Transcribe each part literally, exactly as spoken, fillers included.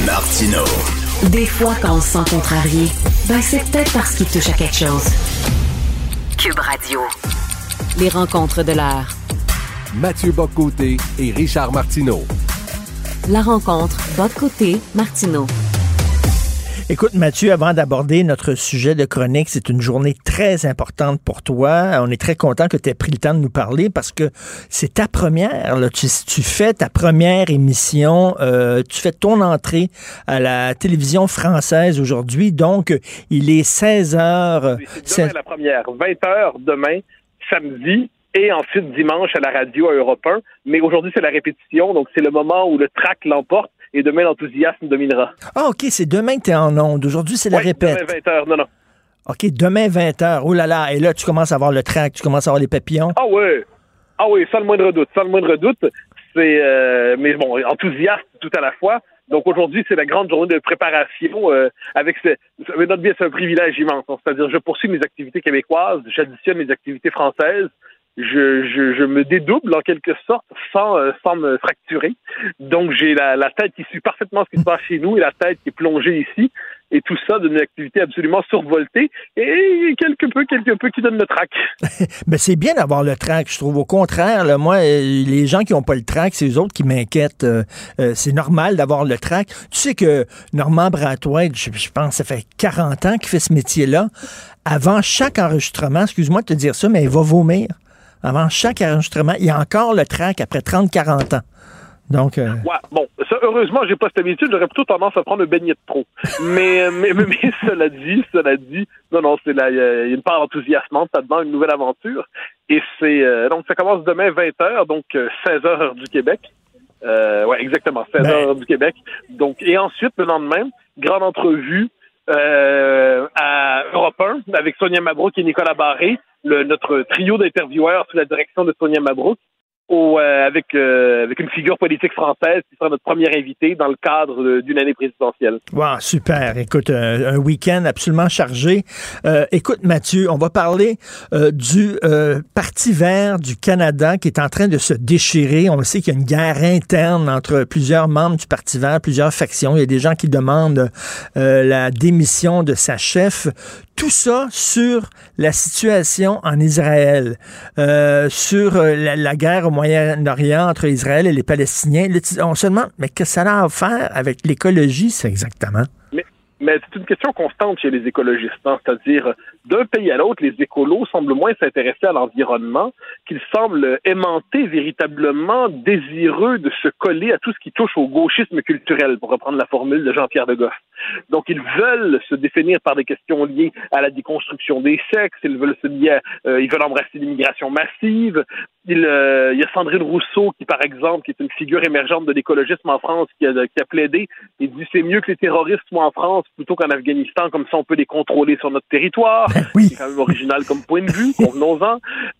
Martino. Des fois, quand on se sent contrarié, ben c'est peut-être parce qu'il touche à quelque chose. Cube Radio. Les rencontres de l'heure. Mathieu Bock-Côté et Richard Martineau. La rencontre Bock-Côté-Martineau. Écoute, Mathieu, avant d'aborder notre sujet de chronique, c'est une journée très importante pour toi. On est très content que tu aies pris le temps de nous parler parce que c'est ta première. Là. Tu, tu fais ta première émission. Euh, tu fais ton entrée à la télévision française aujourd'hui. Donc, il est seize heures. Oui, c'est demain c'est... la première. vingt heures demain, samedi. Et ensuite dimanche à la radio à Europe un. Mais aujourd'hui, c'est la répétition. Donc, c'est le moment où le track l'emporte. Et demain, l'enthousiasme dominera. Ah, OK, c'est demain que tu es en onde. Aujourd'hui, c'est la oui, répète. Demain, vingt heures, non, non. OK, demain, vingt heures. Oh là là, et là, tu commences à avoir le trac, tu commences à avoir les papillons. Ah oui, ah oui, sans le moindre doute, sans le moindre doute. C'est, euh, mais bon, enthousiaste tout à la fois. Donc aujourd'hui, c'est la grande journée de préparation. Euh, avec ce, mais notre bien, c'est un privilège immense. Hein. C'est-à-dire, je poursuis mes activités québécoises, j'additionne mes activités françaises. Je, je, je me dédouble en quelque sorte sans, euh, sans me fracturer. Donc j'ai la, la tête qui suit parfaitement ce qui se passe chez nous et la tête qui est plongée ici. Et tout ça d'une activité absolument survoltée et quelque peu, quelque peu qui donne le trac. Mais c'est bien d'avoir le trac, je trouve. Au contraire, là, moi, les gens qui n'ont pas le trac, c'est eux autres qui m'inquiètent. Euh, euh, c'est normal d'avoir le trac. Tu sais que Normand Brathwaite, je, je pense ça fait quarante ans qu'il fait ce métier-là. Avant chaque enregistrement, excuse-moi de te dire ça, mais il va vomir. Avant chaque enregistrement, il y a encore le trac après trente à quarante ans. Donc, euh... ouais, bon, ça, heureusement, j'ai pas cette habitude, j'aurais plutôt tendance à prendre un beignet de trop. mais, mais, mais, mais cela dit, cela dit, non, non, c'est là, il y, a une part enthousiasmante là-dedans, une nouvelle aventure. Et c'est, euh, donc, ça commence demain vingt heures, donc euh, seize heures heure du Québec. Euh, ouais, exactement, seize heures heure du Québec. Donc, et ensuite, le lendemain, grande entrevue, euh, à Europe un, avec Sonia Mabrouk et Nicolas Barré, le, notre trio d'intervieweurs sous la direction de Sonia Mabrouk. Au, euh, avec, euh, avec une figure politique française qui sera notre première invitée dans le cadre de, d'une année présidentielle. Wow, super. Écoute, un, un week-end absolument chargé. Euh, écoute, Mathieu, on va parler euh, du euh, Parti vert du Canada qui est en train de se déchirer. On le sait qu'il y a une guerre interne entre plusieurs membres du Parti vert, plusieurs factions. Il y a des gens qui demandent euh, la démission de sa chef. Tout ça sur la situation en Israël, euh, sur la, la guerre au Moyen-Orient entre Israël et les Palestiniens. Là, on se demande, mais qu'est-ce que ça a à faire avec l'écologie, c'est exactement? Mais, mais c'est une question constante chez les écologistes, hein, c'est-à-dire d'un pays à l'autre, les écolos semblent moins s'intéresser à l'environnement qu'ils semblent aimanter véritablement désireux de se coller à tout ce qui touche au gauchisme culturel, pour reprendre la formule de Jean-Pierre de Goff. Donc, ils veulent se définir par des questions liées à la déconstruction des sexes, ils veulent se lier à, euh, ils veulent embrasser l'immigration massive. Il, euh, il y a Sandrine Rousseau, qui, par exemple, qui est une figure émergente de l'écologisme en France, qui a, qui a plaidé, il dit c'est mieux que les terroristes soient en France plutôt qu'en Afghanistan, comme ça on peut les contrôler sur notre territoire. Oui. C'est quand même original comme point de vue, convenons-en.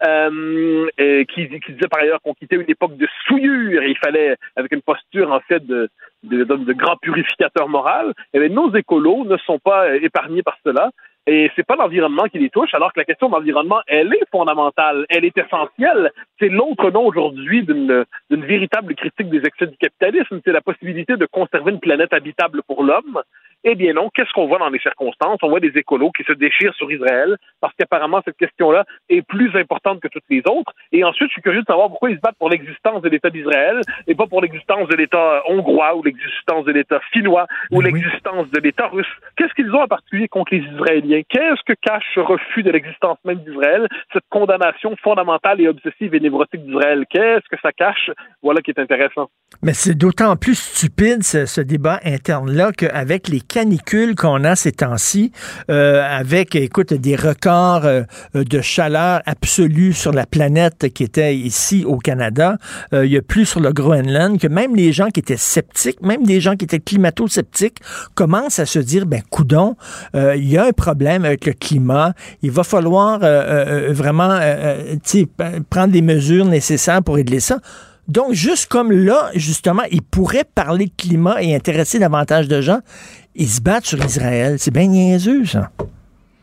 Euh, et qui, qui disait par ailleurs qu'on quittait une époque de souillure et il fallait, avec une posture en fait de, de, de, de grand purificateur moral, et bien, nos écolos ne sont pas épargnés par cela. Et c'est pas l'environnement qui les touche, alors que la question de l'environnement, elle est fondamentale, elle est essentielle. C'est l'autre nom aujourd'hui d'une, d'une véritable critique des excès du capitalisme, c'est la possibilité de conserver une planète habitable pour l'homme. Eh bien non, qu'est-ce qu'on voit dans les circonstances? On voit des écolos qui se déchirent sur Israël, parce qu'apparemment cette question-là est plus importante que toutes les autres. Et ensuite, je suis curieux de savoir pourquoi ils se battent pour l'existence de l'État d'Israël, et pas pour l'existence de l'État hongrois, ou l'existence de l'État finnois, ou oui. l'existence de l'État russe. Qu'est-ce qu'ils ont en particulier contre les Israéliens? Qu'est-ce que cache ce refus de l'existence même d'Israël, cette condamnation fondamentale et obsessive et névrotique d'Israël? Qu'est-ce que ça cache? Voilà qui est intéressant. Mais c'est d'autant plus stupide, ce, ce débat interne-là, qu'avec les canicules qu'on a ces temps-ci, euh, avec, écoute, des records euh, de chaleur absolue sur la planète qui était ici au Canada, euh, il y a plus sur le Groenland, que même les gens qui étaient sceptiques, même des gens qui étaient climato-sceptiques, commencent à se dire, ben, coudon, euh, il y a un problème avec le climat, il va falloir euh, euh, vraiment euh, euh, prendre les mesures nécessaires pour régler ça. Donc, juste comme là, justement, ils pourraient parler de climat et intéresser davantage de gens, ils se battent sur Israël. C'est bien niaiseux, ça.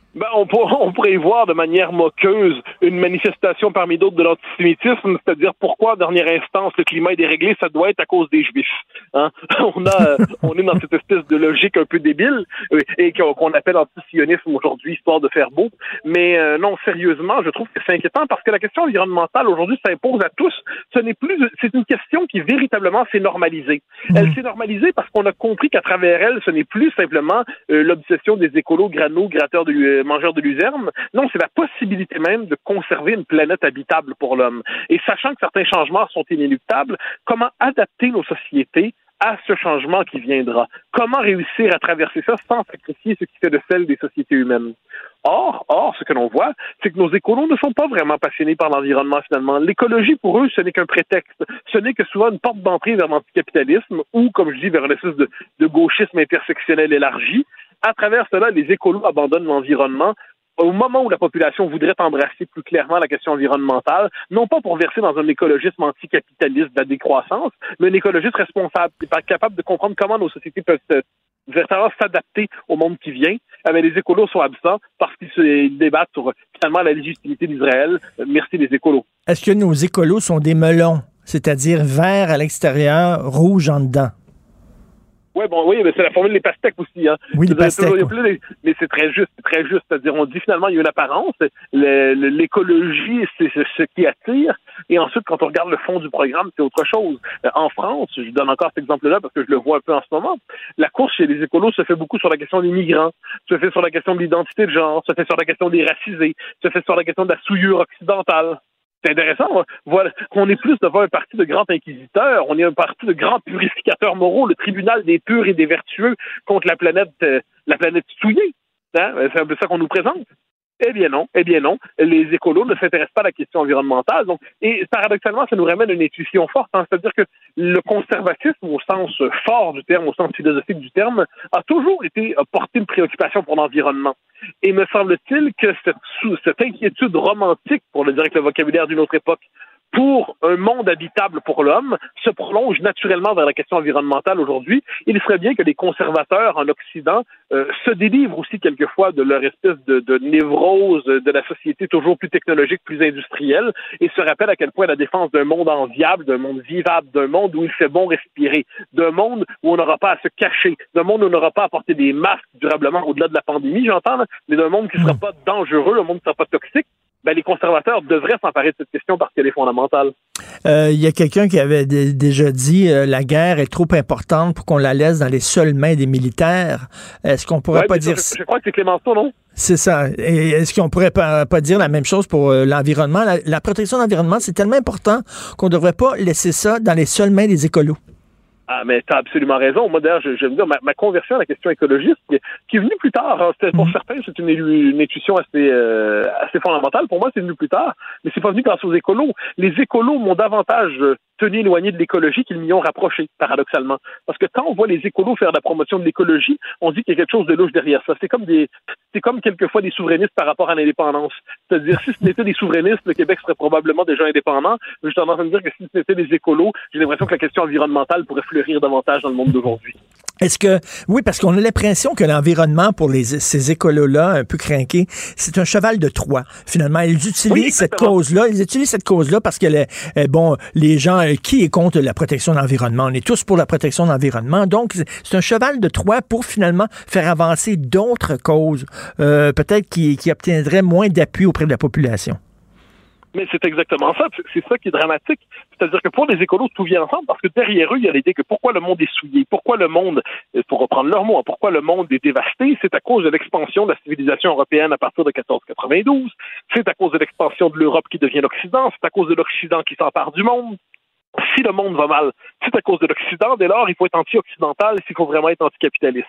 Ben, on, pour, on pourrait y voir de manière moqueuse une manifestation parmi d'autres de l'antisémitisme, c'est-à-dire pourquoi, en dernière instance, le climat est déréglé, ça doit être à cause des Juifs. Hein? On a, on est dans cette espèce de logique un peu débile et qu'on appelle antisionisme aujourd'hui, histoire de faire beau. Mais euh, non, sérieusement, je trouve que c'est inquiétant parce que la question environnementale aujourd'hui s'impose à tous. Ce n'est plus, c'est une question qui véritablement s'est normalisée. Mmh. Elle s'est normalisée parce qu'on a compris qu'à travers elle, ce n'est plus simplement euh, l'obsession des écolos, granos, gratteurs de euh, mangeurs de luzerne. Non, c'est la possibilité même de conserver une planète habitable pour l'homme. Et sachant que certains changements sont inéluctables, comment adapter nos sociétés à ce changement qui viendra? Comment réussir à traverser ça sans sacrifier ce qui fait de celle des sociétés humaines? Or, or, ce que l'on voit, c'est que nos écolos ne sont pas vraiment passionnés par l'environnement, finalement. L'écologie, pour eux, ce n'est qu'un prétexte. Ce n'est que souvent une porte d'entrée vers l'anticapitalisme ou, comme je dis, vers une espèce de, de gauchisme intersectionnel élargi. À travers cela, les écolos abandonnent l'environnement au moment où la population voudrait embrasser plus clairement la question environnementale, non pas pour verser dans un écologisme anticapitaliste de la décroissance, mais un écologiste responsable, capable de comprendre comment nos sociétés peuvent se véritablement s'adapter au monde qui vient. Eh bien, les écolos sont absents parce qu'ils se débattent sur finalement la légitimité d'Israël. Merci les écolos. Est-ce que nos écolos sont des melons, c'est-à-dire vert à l'extérieur, rouge en dedans? Ouais, bon, oui, mais c'est la formule des pastèques aussi. Hein. Oui, les pastèques. Toujours, ouais. Mais c'est très juste, c'est très juste. C'est-à-dire, on dit finalement, il y a une apparence. Le, le, l'écologie, c'est ce qui attire. Et ensuite, quand on regarde le fond du programme, c'est autre chose. En France, je donne encore cet exemple-là parce que je le vois un peu en ce moment, la course chez les écolos se fait beaucoup sur la question des migrants, se fait sur la question de l'identité de genre, se fait sur la question des racisés, se fait sur la question de la souillure occidentale. C'est intéressant. Voilà, on est plus devant un parti de grands inquisiteurs, on est un parti de grands purificateurs moraux, le tribunal des purs et des vertueux contre la planète, euh, la planète souillée. Hein? C'est un peu ça qu'on nous présente. Eh bien non, eh bien non. Les écolos ne s'intéressent pas à la question environnementale. Donc, et paradoxalement, ça nous ramène à une intuition forte. Hein, c'est-à-dire que le conservatisme, au sens fort du terme, au sens philosophique du terme, a toujours été a porté une préoccupation pour l'environnement. Et me semble-t-il que cette, cette inquiétude romantique, pour le dire avec le vocabulaire d'une autre époque, pour un monde habitable pour l'homme, se prolonge naturellement vers la question environnementale aujourd'hui. Il serait bien que les conservateurs en Occident euh, se délivrent aussi quelquefois de leur espèce de, de névrose de la société toujours plus technologique, plus industrielle, et se rappellent à quel point la défense d'un monde enviable, d'un monde vivable, d'un monde où il fait bon respirer, d'un monde où on n'aura pas à se cacher, d'un monde où on n'aura pas à porter des masques durablement au-delà de la pandémie, j'entends, là, mais d'un monde qui ne sera pas dangereux, un monde qui ne sera pas toxique. Ben, les conservateurs devraient s'emparer de cette question parce qu'elle est fondamentale. Il euh, y a quelqu'un qui avait d- déjà dit euh, la guerre est trop importante pour qu'on la laisse dans les seules mains des militaires. Est-ce qu'on pourrait ouais, pas dire... Ça, je, je crois que c'est Clémenceau, non? C'est ça. Et est-ce qu'on pourrait pas, pas dire la même chose pour euh, l'environnement? La, la protection de l'environnement, c'est tellement important qu'on ne devrait pas laisser ça dans les seules mains des écolos. Ah, mais t'as absolument raison. Moi, d'ailleurs, je, je veux dire, ma, ma conversion à la question écologiste, qui, qui est venue plus tard, hein, c'était, pour mmh. certains, c'est une, une intuition assez, euh, assez fondamentale. Pour moi, c'est venu plus tard, mais c'est pas venu grâce aux écolos. Les écolos m'ont davantage tenu éloigné de l'écologie qu'ils m'y ont rapproché, paradoxalement. Parce que quand on voit les écolos faire de la promotion de l'écologie, on dit qu'il y a quelque chose de louche derrière ça. C'est comme des, c'est comme quelquefois des souverainistes par rapport à l'indépendance. C'est-à-dire, si ce n'était des souverainistes, le Québec serait probablement déjà indépendant. J'ai tendance à me dire que si ce n'était des écolos, j'ai l'impression que la question environnementale pourrait fleurir davantage dans le monde d'aujourd'hui. Est-ce que, oui, parce qu'on a l'impression que l'environnement pour les, ces écolos-là, un peu crinqués, c'est un cheval de Troie. Finalement, ils utilisent oui, cette cause-là, ils utilisent cette cause-là parce que, les, bon, les gens, qui est contre la protection de l'environnement? On est tous pour la protection de l'environnement. Donc, c'est un cheval de Troie pour finalement faire avancer d'autres causes, euh, peut-être qui, qui obtiendraient moins d'appui auprès de la population. Mais c'est exactement ça. C'est ça qui est dramatique. C'est-à-dire que pour les écolos, tout vient ensemble parce que derrière eux, il y a l'idée que pourquoi le monde est souillé, pourquoi le monde, pour reprendre leur mot, pourquoi le monde est dévasté, c'est à cause de l'expansion de la civilisation européenne à partir de quatorze quatre-vingt-douze, c'est à cause de l'expansion de l'Europe qui devient l'Occident, c'est à cause de l'Occident qui s'empare du monde. Si le monde va mal, c'est à cause de l'Occident. Dès lors, il faut être anti-occidental s'il faut vraiment être anticapitaliste.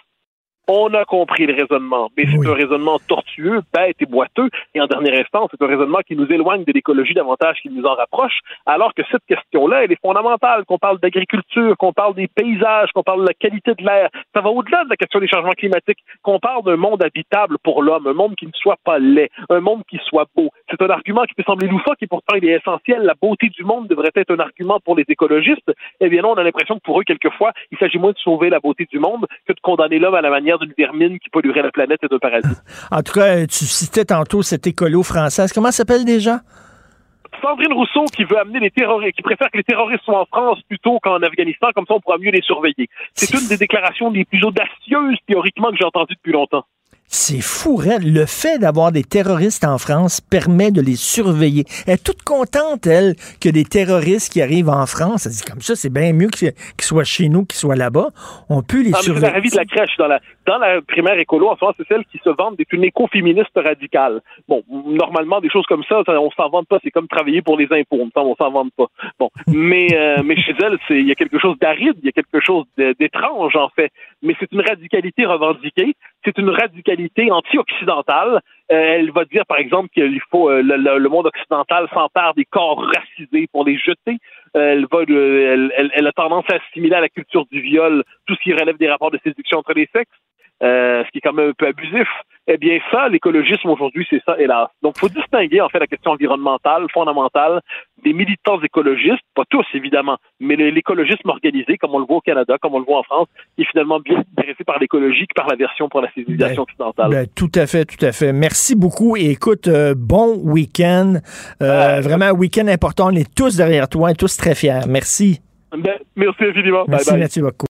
On a compris le raisonnement, mais c'est oui. un raisonnement tortueux, bête et boiteux, et en dernière instance, c'est un raisonnement qui nous éloigne de l'écologie davantage qu'il nous en rapproche, alors que cette question-là, elle est fondamentale, qu'on parle d'agriculture, qu'on parle des paysages, qu'on parle de la qualité de l'air, ça va au-delà de la question des changements climatiques, qu'on parle d'un monde habitable pour l'homme, un monde qui ne soit pas laid, un monde qui soit beau. C'est un argument qui peut sembler loufoque et pourtant il est essentiel. La beauté du monde devrait être un argument pour les écologistes. Eh bien non, on a l'impression que pour eux, quelquefois, il s'agit moins de sauver la beauté du monde que de condamner l'homme à la manière d'une vermine qui polluerait la planète et d'un paradis. En tout cas, tu citais tantôt cette écolo française. Comment ça s'appelle déjà? Sandrine Rousseau qui veut amener les terroristes, qui préfère que les terroristes soient en France plutôt qu'en Afghanistan, comme ça on pourra mieux les surveiller. C'est une des déclarations les plus audacieuses théoriquement que j'ai entendues depuis longtemps. C'est fou, Red. Le fait d'avoir des terroristes en France permet de les surveiller. Elle est toute contente, elle, que des terroristes qui arrivent en France. Elle dit comme ça, c'est bien mieux qu'ils soient chez nous, qu'ils soient là-bas. On peut les ah, surveiller. C'est la vie de la crèche. Dans la, dans la primaire écolo, en France, c'est celle qui se vante d'être une écoféministe radicale. Bon, normalement, des choses comme ça, on s'en vante pas. C'est comme travailler pour les impôts. On s'en vante pas. Bon, mais, euh, mais chez elle, il y a quelque chose d'aride, il y a quelque chose d'étrange, en fait. Mais c'est une radicalité revendiquée. C'est une radicalité anti-occidentale. Euh, elle va dire, par exemple, qu'il faut euh, le, le monde occidental s'empare des corps racisés pour les jeter. Euh, elle, va, euh, elle, elle, elle a tendance à assimiler à la culture du viol tout ce qui relève des rapports de séduction entre les sexes, euh, ce qui est quand même un peu abusif. Eh bien, ça, l'écologisme aujourd'hui, c'est ça, hélas. Donc, il faut distinguer, en fait, la question environnementale, fondamentale, des militants écologistes, pas tous, évidemment, mais l'écologisme organisé, comme on le voit au Canada, comme on le voit en France, qui est finalement bien intéressé par l'écologie que par la version pour la civilisation ben, occidentale. Ben, tout à fait, tout à fait. Merci beaucoup. Et écoute, euh, bon week-end. Euh, euh, vraiment, un week-end important. On est tous derrière toi et tous très fiers. Merci. Ben, merci infiniment. Merci, bye bye. Mathieu Bocoté.